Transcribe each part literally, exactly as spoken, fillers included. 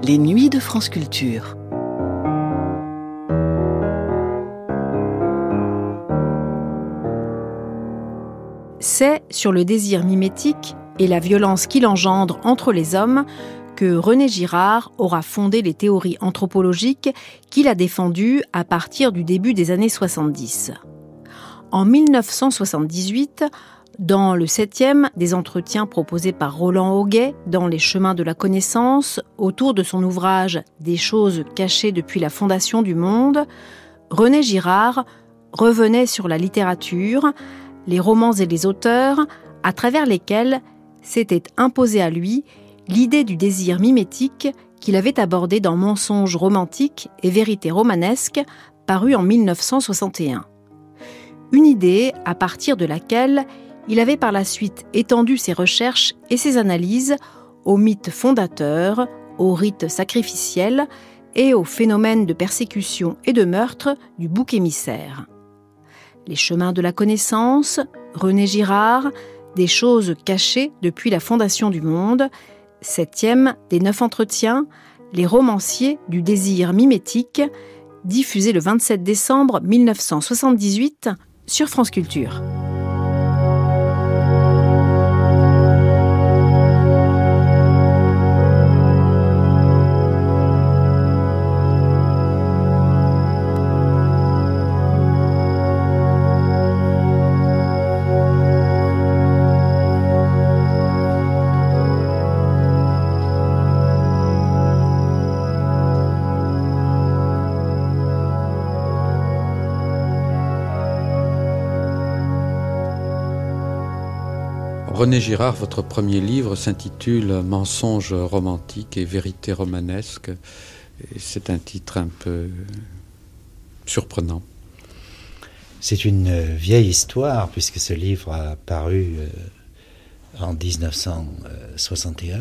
Les nuits de France Culture. C'est sur le désir mimétique et la violence qu'il engendre entre les hommes que René Girard aura fondé les théories anthropologiques qu'il a défendues à partir du début des années soixante-dix. En dix-neuf cent soixante-dix-huit, dans le septième des entretiens proposés par Roland Auguet dans Les chemins de la connaissance, autour de son ouvrage « Des choses cachées depuis la fondation du monde », René Girard revenait sur la littérature, les romans et les auteurs, à travers lesquels s'était imposée à lui l'idée du désir mimétique qu'il avait abordé dans Mensonges romantiques et Vérité romanesque, paru en dix-neuf cent soixante et un. Une idée à partir de laquelle il avait par la suite étendu ses recherches et ses analyses aux mythes fondateurs, aux rites sacrificiels et aux phénomènes de persécution et de meurtre du bouc émissaire. Les chemins de la connaissance, René Girard, Des choses cachées depuis la fondation du monde, septième des neuf entretiens, Les romanciers du désir mimétique, diffusé le vingt-sept décembre dix-neuf cent soixante-dix-huit sur France Culture. René Girard, votre premier livre s'intitule « Mensonges romantiques et Vérité romanesque ». Et c'est un titre un peu surprenant. C'est une vieille histoire, puisque ce livre a paru en dix-neuf cent soixante et un.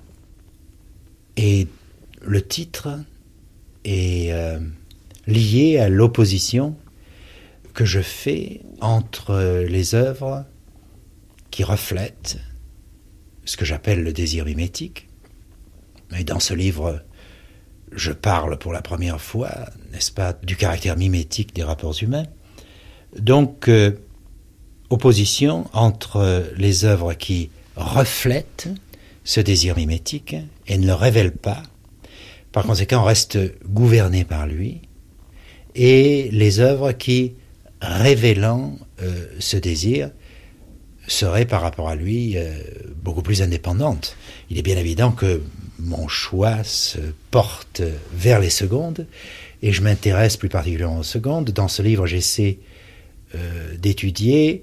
Et le titre est lié à l'opposition que je fais entre les œuvres qui reflète ce que j'appelle le désir mimétique. Et dans ce livre, je parle pour la première fois, n'est-ce pas, du caractère mimétique des rapports humains. Donc, euh, opposition entre les œuvres qui reflètent ce désir mimétique et ne le révèlent pas, par conséquent restent gouvernées par lui, et les œuvres qui, révélant euh, ce désir, serait par rapport à lui euh, beaucoup plus indépendante. Il est bien évident que mon choix se porte vers les secondes et je m'intéresse plus particulièrement aux secondes. Dans ce livre, j'essaie euh, d'étudier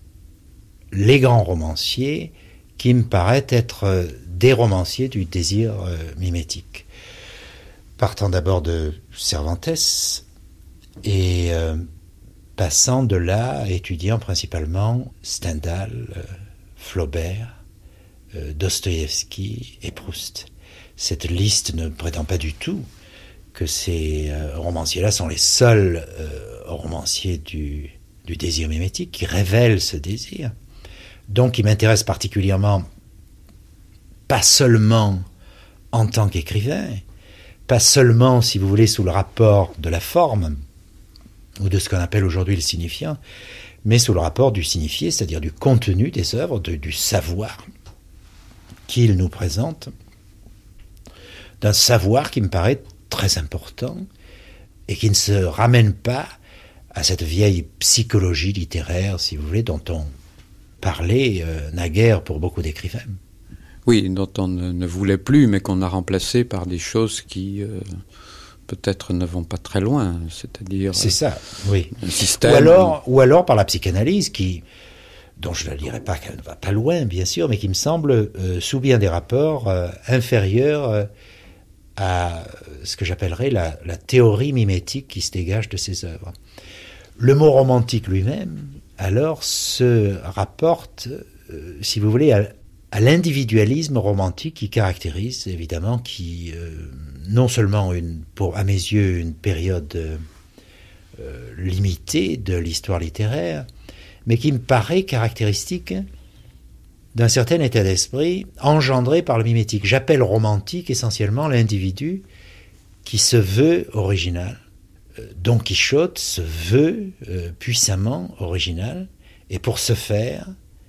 les grands romanciers qui me paraissent être des romanciers du désir euh, mimétique. Partant d'abord de Cervantes et euh, passant de là, étudiant principalement Stendhal, euh, Flaubert, euh, Dostoïevski et Proust. Cette liste ne prétend pas du tout que ces euh, romanciers-là sont les seuls euh, romanciers du, du désir mimétique qui révèlent ce désir. Donc, il m'intéresse particulièrement, pas seulement en tant qu'écrivain, pas seulement, si vous voulez, sous le rapport de la forme, ou de ce qu'on appelle aujourd'hui le signifiant, mais sous le rapport du signifié, c'est-à-dire du contenu des œuvres, de, du savoir qu'il nous présente, d'un savoir qui me paraît très important et qui ne se ramène pas à cette vieille psychologie littéraire, si vous voulez, dont on parlait euh, naguère pour beaucoup d'écrivains. Oui, dont on ne, ne voulait plus, mais qu'on a remplacé par des choses qui... Euh... peut-être ne vont pas très loin, c'est-à-dire... C'est ça, oui. Un système... Ou alors, ou alors par la psychanalyse, qui, dont je ne dirais pas qu'elle ne va pas loin, bien sûr, mais qui me semble, euh, sous bien des rapports, euh, inférieurs euh, à ce que j'appellerais la, la théorie mimétique qui se dégage de ces œuvres. Le mot romantique lui-même, alors, se rapporte, euh, si vous voulez, à, à l'individualisme romantique qui caractérise, évidemment, qui... Euh, non seulement, une, pour, à mes yeux, une période euh, limitée de l'histoire littéraire, mais qui me paraît caractéristique d'un certain état d'esprit engendré par le mimétique. J'appelle romantique essentiellement l'individu qui se veut original. Don Quichotte se veut euh, puissamment original, et pour ce faire,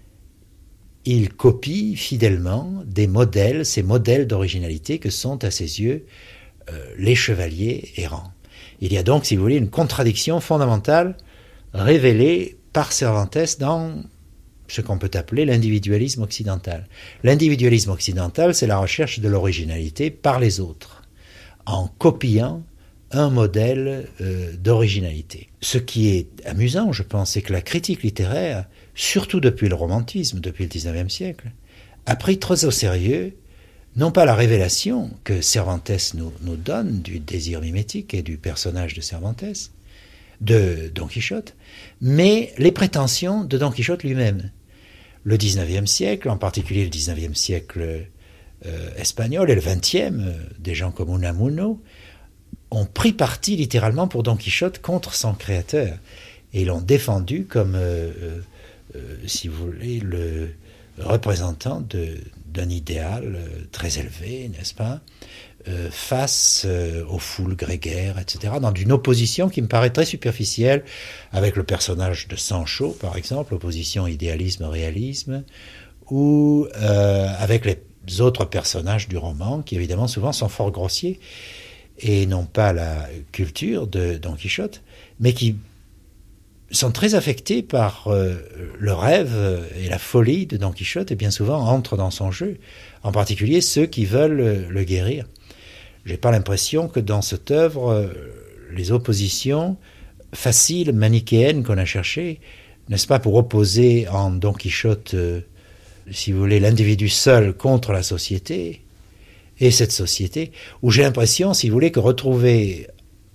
il copie fidèlement des modèles, ces modèles d'originalité que sont à ses yeux euh, les chevaliers errants. Il y a donc, si vous voulez, une contradiction fondamentale révélée par Cervantes dans ce qu'on peut appeler l'individualisme occidental. L'individualisme occidental, c'est la recherche de l'originalité par les autres, en copiant un modèle euh, d'originalité. Ce qui est amusant, je pense, c'est que la critique littéraire, surtout depuis le romantisme, depuis le dix-neuvième siècle, a pris très au sérieux, non pas la révélation que Cervantes nous, nous donne du désir mimétique et du personnage de Cervantes, de Don Quichotte, mais les prétentions de Don Quichotte lui-même. Le dix-neuvième siècle, en particulier le dix-neuvième siècle euh, espagnol et le vingtième, euh, des gens comme Unamuno, ont pris parti littéralement pour Don Quichotte contre son créateur et l'ont défendu comme, euh, euh, si vous voulez, le représentant de, d'un idéal euh, très élevé, n'est-ce pas, euh, face euh, aux foules grégaires, et cetera, dans une opposition qui me paraît très superficielle avec le personnage de Sancho, par exemple, opposition idéalisme-réalisme, ou euh, avec les autres personnages du roman, qui évidemment souvent sont fort grossiers, et n'ont pas la culture de Don Quichotte, mais qui sont très affectés par euh, le rêve et la folie de Don Quichotte, et bien souvent entrent dans son jeu, en particulier ceux qui veulent le guérir. J'ai pas l'impression que dans cette œuvre, euh, les oppositions faciles, manichéennes qu'on a cherchées, n'est-ce pas, pour opposer en Don Quichotte, euh, si vous voulez, l'individu seul contre la société, et cette société, où j'ai l'impression, si vous voulez, que retrouver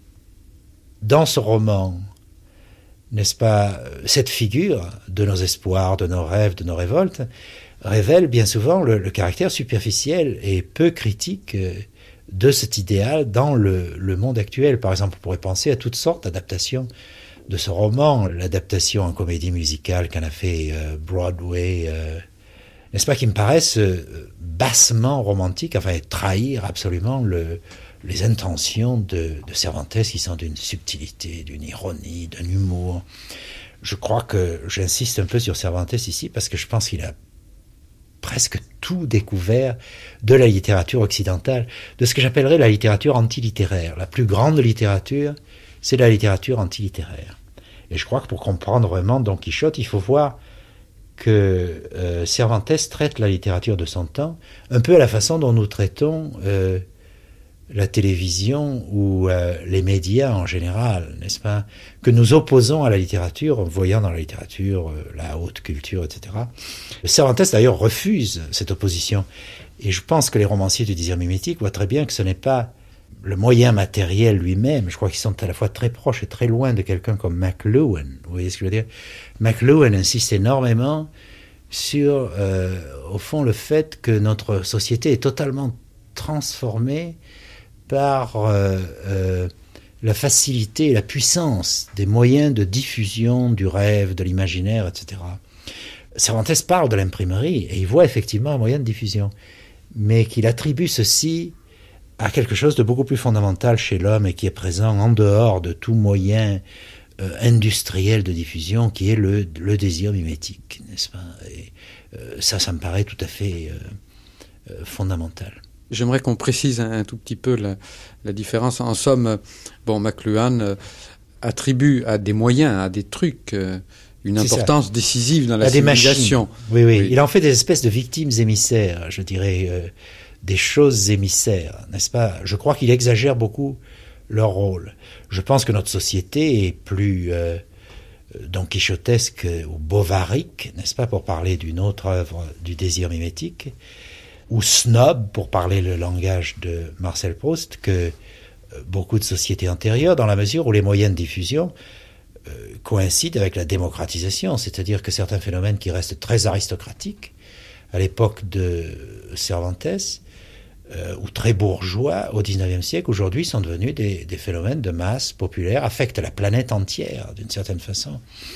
dans ce roman, n'est-ce pas, cette figure de nos espoirs, de nos rêves, de nos révoltes, révèle bien souvent le, le caractère superficiel et peu critique de cet idéal dans le, le monde actuel. Par exemple, on pourrait penser à toutes sortes d'adaptations de ce roman, l'adaptation en comédie musicale qu'en a fait euh, Broadway, euh, n'est-ce pas, qui me paraissent euh, bassement romantiques, enfin trahir absolument le, les intentions de, de Cervantes, qui sont d'une subtilité, d'une ironie, d'un humour. Je crois que j'insiste un peu sur Cervantes ici, parce que je pense qu'il a presque tout découvert de la littérature occidentale, de ce que j'appellerais la littérature antilittéraire. La plus grande littérature, c'est la littérature antilittéraire. Et je crois que pour comprendre vraiment Don Quichotte, il faut voir que euh, Cervantes traite la littérature de son temps un peu à la façon dont nous traitons euh, la télévision ou euh, les médias en général, n'est-ce pas, que nous opposons à la littérature en voyant dans la littérature euh, la haute culture, et cetera. Cervantes d'ailleurs refuse cette opposition, et je pense que les romanciers du désir mimétique voient très bien que ce n'est pas le moyen matériel lui-même. Je crois qu'ils sont à la fois très proches et très loin de quelqu'un comme McLuhan. Vous voyez ce que je veux dire? McLuhan insiste énormément sur, euh, au fond, le fait que notre société est totalement transformée par euh, euh, la facilité et la puissance des moyens de diffusion du rêve, de l'imaginaire, et cetera. Cervantes parle de l'imprimerie, et il voit effectivement un moyen de diffusion, mais qu'il attribue ceci à quelque chose de beaucoup plus fondamental chez l'homme et qui est présent en dehors de tout moyen euh, industriel de diffusion, qui est le, le désir mimétique, n'est-ce pas? Et euh, ça, ça me paraît tout à fait euh, euh, fondamental. J'aimerais qu'on précise un, un tout petit peu la, la différence. En somme, bon, McLuhan euh, attribue à des moyens, à des trucs, euh, une C'est importance ça. décisive dans la à civilisation. Oui, oui, oui. Il en fait des espèces de victimes émissaires, je dirais, euh, des choses émissaires, n'est-ce pas? Je crois qu'il exagère beaucoup leur rôle. Je pense que notre société est plus euh, don quichotesque ou bovarique, n'est-ce pas, pour parler d'une autre œuvre du désir mimétique, ou snob, pour parler le langage de Marcel Proust, que beaucoup de sociétés antérieures, dans la mesure où les moyens de diffusion euh, coïncident avec la démocratisation, c'est-à-dire que certains phénomènes qui restent très aristocratiques à l'époque de Cervantes, euh, ou très bourgeois au dix-neuvième siècle, aujourd'hui sont devenus des, des phénomènes de masse populaire, affectent la planète entière d'une certaine façon.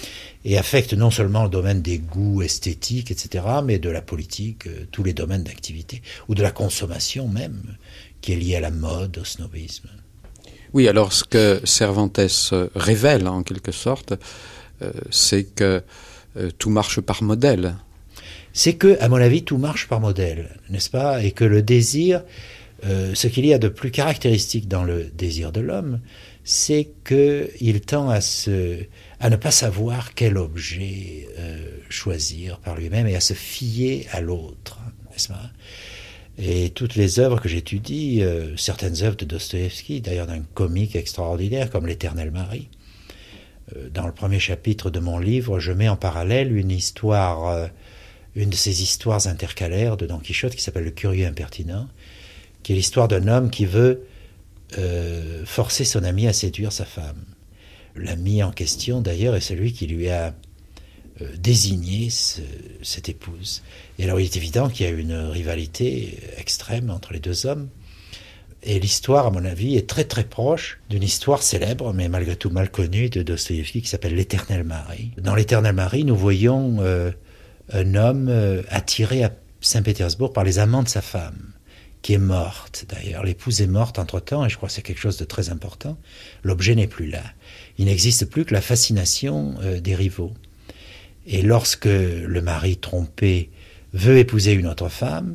et affecte non seulement le domaine des goûts esthétiques, et cetera, mais de la politique, euh, tous les domaines d'activité, ou de la consommation même, qui est liée à la mode, au snobisme. Oui, alors ce que Cervantes révèle en quelque sorte, euh, c'est que euh, tout marche par modèle. C'est que, à mon avis, tout marche par modèle, n'est-ce pas? Et que le désir, euh, ce qu'il y a de plus caractéristique dans le désir de l'homme, c'est qu'il tend à, se, à ne pas savoir quel objet euh, choisir par lui-même et à se fier à l'autre, n'est-ce pas? Et toutes les œuvres que j'étudie, euh, certaines œuvres de Dostoïevski, d'ailleurs d'un comique extraordinaire comme L'Éternel Mari, euh, dans le premier chapitre de mon livre, je mets en parallèle une histoire, euh, une de ces histoires intercalaires de Don Quichotte qui s'appelle Le Curieux Impertinent, qui est l'histoire d'un homme qui veut euh, forcer son ami à séduire sa femme. L'ami en question, d'ailleurs, est celui qui lui a euh, désigné ce, cette épouse. Et alors, il est évident qu'il y a une rivalité extrême entre les deux hommes. Et l'histoire, à mon avis, est très très proche d'une histoire célèbre, mais malgré tout mal connue, de Dostoïevski, qui s'appelle L'Éternel Mari. Dans L'Éternel Mari, nous voyons euh, un homme euh, attiré à Saint-Pétersbourg par les amants de sa femme, qui est morte d'ailleurs. L'épouse est morte entre-temps, et je crois que c'est quelque chose de très important. L'objet n'est plus là. Il n'existe plus que la fascination euh, des rivaux. Et lorsque le mari trompé veut épouser une autre femme,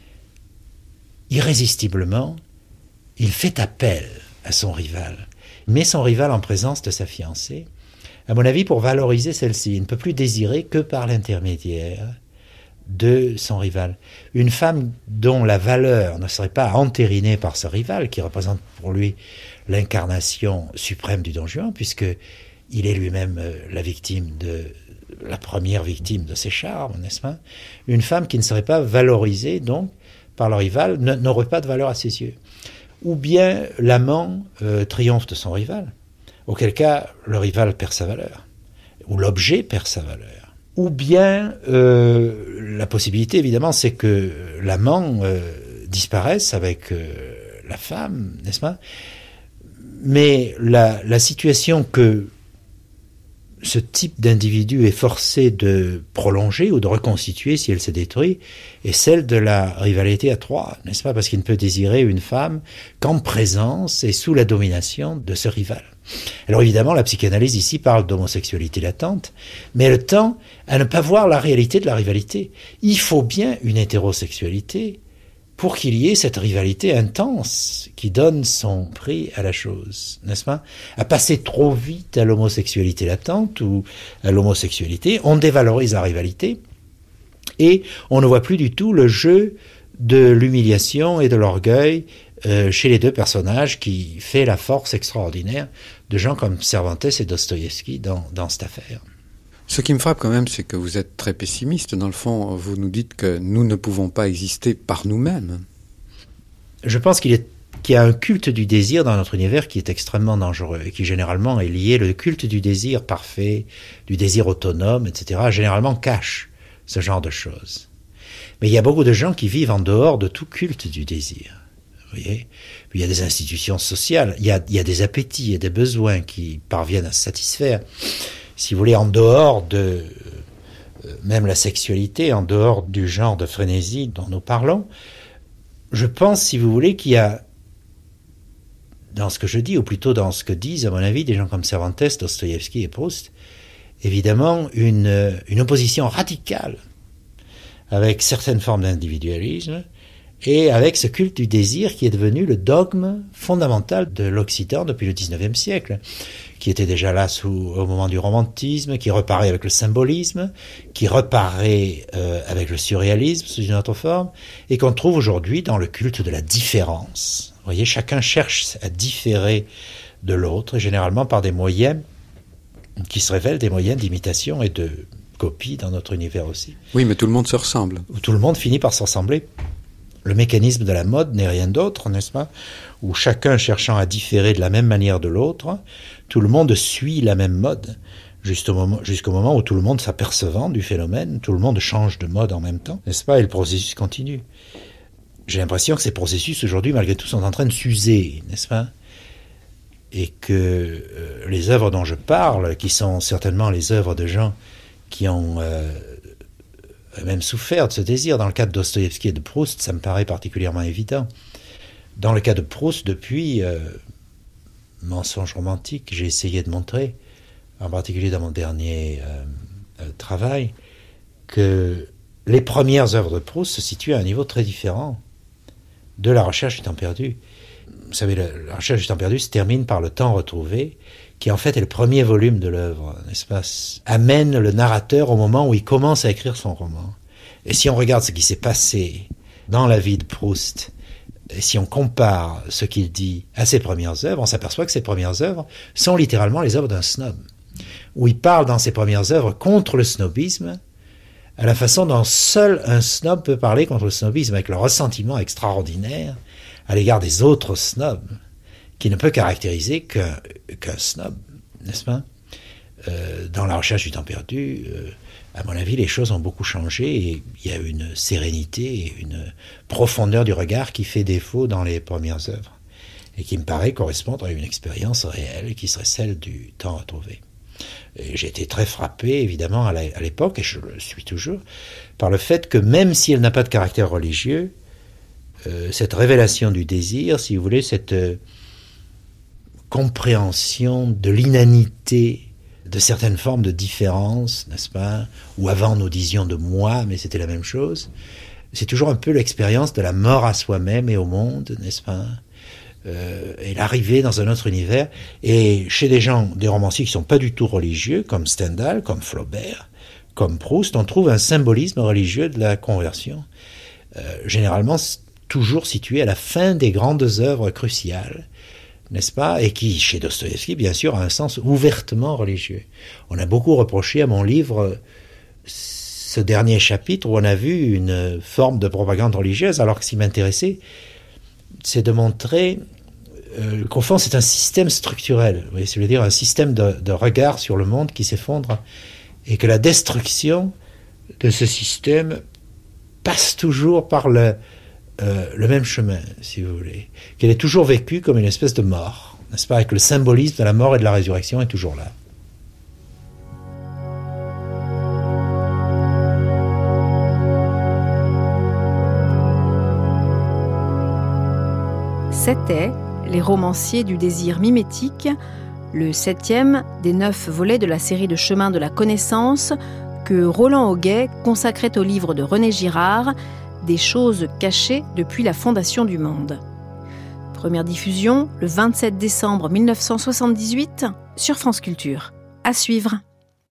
irrésistiblement, il fait appel à son rival. Il met son rival en présence de sa fiancée, à mon avis pour valoriser celle-ci. Il ne peut plus désirer que par l'intermédiaire de son rival. Une femme dont la valeur ne serait pas entérinée par ce rival, qui représente pour lui l'incarnation suprême du Don Juan, puisqu'il est lui-même la victime de la première victime de ses charmes, n'est-ce pas? Une femme qui ne serait pas valorisée, donc, par le rival, n'aurait pas de valeur à ses yeux. Ou bien l'amant euh, triomphe de son rival, auquel cas le rival perd sa valeur, ou l'objet perd sa valeur. Ou bien euh, la possibilité, évidemment, c'est que l'amant euh, disparaisse avec euh, la femme, n'est-ce pas? Mais la, la situation que ce type d'individu est forcé de prolonger ou de reconstituer si elle se détruit, est celle de la rivalité à trois, n'est-ce pas? Parce qu'il ne peut désirer une femme qu'en présence et sous la domination de ce rival. Alors évidemment, la psychanalyse ici parle d'homosexualité latente, mais elle tend à ne pas voir la réalité de la rivalité. Il faut bien une hétérosexualité pour qu'il y ait cette rivalité intense qui donne son prix à la chose, n'est-ce pas? À passer trop vite à l'homosexualité latente ou à l'homosexualité, on dévalorise la rivalité et on ne voit plus du tout le jeu de l'humiliation et de l'orgueil euh, chez les deux personnages qui fait la force extraordinaire de gens comme Cervantes et Dostoïevski dans, dans cette affaire. Ce qui me frappe quand même, c'est que vous êtes très pessimiste. Dans le fond, vous nous dites que nous ne pouvons pas exister par nous-mêmes. Je pense qu'il, est, qu'il y a un culte du désir dans notre univers qui est extrêmement dangereux et qui généralement est lié, le culte du désir parfait, du désir autonome, et cetera, généralement cache ce genre de choses. Mais il y a beaucoup de gens qui vivent en dehors de tout culte du désir. Vous voyez? Puis il y a des institutions sociales, il y a, il y a des appétits et des besoins qui parviennent à se satisfaire. Si vous voulez, en dehors de euh, même la sexualité, en dehors du genre de frénésie dont nous parlons, je pense, si vous voulez, qu'il y a, dans ce que je dis, ou plutôt dans ce que disent, à mon avis, des gens comme Cervantes, Dostoïevski et Proust, évidemment, une, une opposition radicale avec certaines formes d'individualisme et avec ce culte du désir qui est devenu le dogme fondamental de l'Occident depuis le dix-neuvième siècle, qui était déjà là sous, au moment du romantisme, qui reparaît avec le symbolisme, qui reparaît euh, avec le surréalisme sous une autre forme, et qu'on trouve aujourd'hui dans le culte de la différence. Vous voyez, chacun cherche à différer de l'autre, et généralement par des moyens qui se révèlent des moyens d'imitation et de copie dans notre univers aussi. Oui, mais tout le monde se ressemble. Où tout le monde finit par se ressembler. Le mécanisme de la mode n'est rien d'autre, n'est-ce pas? Où chacun cherchant à différer de la même manière de l'autre, tout le monde suit la même mode, jusqu'au moment, jusqu'au moment où tout le monde s'apercevant du phénomène, tout le monde change de mode en même temps, n'est-ce pas? Et le processus continue. J'ai l'impression que ces processus aujourd'hui, malgré tout, sont en train de s'user, n'est-ce pas? et que euh, les œuvres dont je parle, qui sont certainement les œuvres de gens qui ont euh, même souffert de ce désir, dans le cas de Dostoïevski et de Proust, ça me paraît particulièrement évident. Dans le cas de Proust, depuis euh, Mensonge romantique, j'ai essayé de montrer, en particulier dans mon dernier euh, euh, travail, que les premières œuvres de Proust se situent à un niveau très différent de La Recherche du temps perdu. Vous savez, la, la Recherche du temps perdu se termine par Le temps retrouvé, qui en fait est le premier volume de l'œuvre, n'est-ce pas, amène le narrateur au moment où il commence à écrire son roman. Et si on regarde ce qui s'est passé dans la vie de Proust, et si on compare ce qu'il dit à ses premières œuvres, on s'aperçoit que ses premières œuvres sont littéralement les œuvres d'un snob, où il parle dans ses premières œuvres contre le snobisme, à la façon dont seul un snob peut parler contre le snobisme, avec le ressentiment extraordinaire à l'égard des autres snobs, qui ne peut caractériser qu'un, qu'un snob, n'est-ce pas ? euh, Dans La Recherche du temps perdu, euh, à mon avis, les choses ont beaucoup changé et il y a une sérénité et une profondeur du regard qui fait défaut dans les premières œuvres et qui me paraît correspondre à une expérience réelle qui serait celle du temps retrouvé. Et j'ai été très frappé, évidemment, à, la, à l'époque, et je le suis toujours, par le fait que même si elle n'a pas de caractère religieux, euh, cette révélation du désir, si vous voulez, cette euh, compréhension de l'inanité de certaines formes de différence, n'est-ce pas, où avant nous disions de moi, mais c'était la même chose, c'est toujours un peu l'expérience de la mort à soi-même et au monde, n'est-ce pas, euh, et l'arrivée dans un autre univers. Et chez des gens, des romanciers qui ne sont pas du tout religieux, comme Stendhal, comme Flaubert, comme Proust, on trouve un symbolisme religieux de la conversion, euh, généralement toujours situé à la fin des grandes œuvres cruciales, n'est-ce pas, et qui, chez Dostoïevski, bien sûr, a un sens ouvertement religieux. On a beaucoup reproché à mon livre ce dernier chapitre où on a vu une forme de propagande religieuse, alors que ce qui m'intéressait, c'est de montrer euh, qu'au fond, c'est un système structurel, vous voyez, c'est-à-dire un système de, de regard sur le monde qui s'effondre, et que la destruction de ce système passe toujours par le, euh, le même chemin, si vous voulez, qu'elle est toujours vécue comme une espèce de mort, n'est-ce pas, avec le symbolisme de la mort et de la résurrection est toujours là. C'était Les romanciers du désir mimétique, le septième des neuf volets de la série de Chemins de la connaissance que Roland Auguet consacrait au livre de René Girard, Des choses cachées depuis la fondation du monde. Première diffusion le vingt-sept décembre mille neuf cent soixante-dix-huit sur France Culture. À suivre.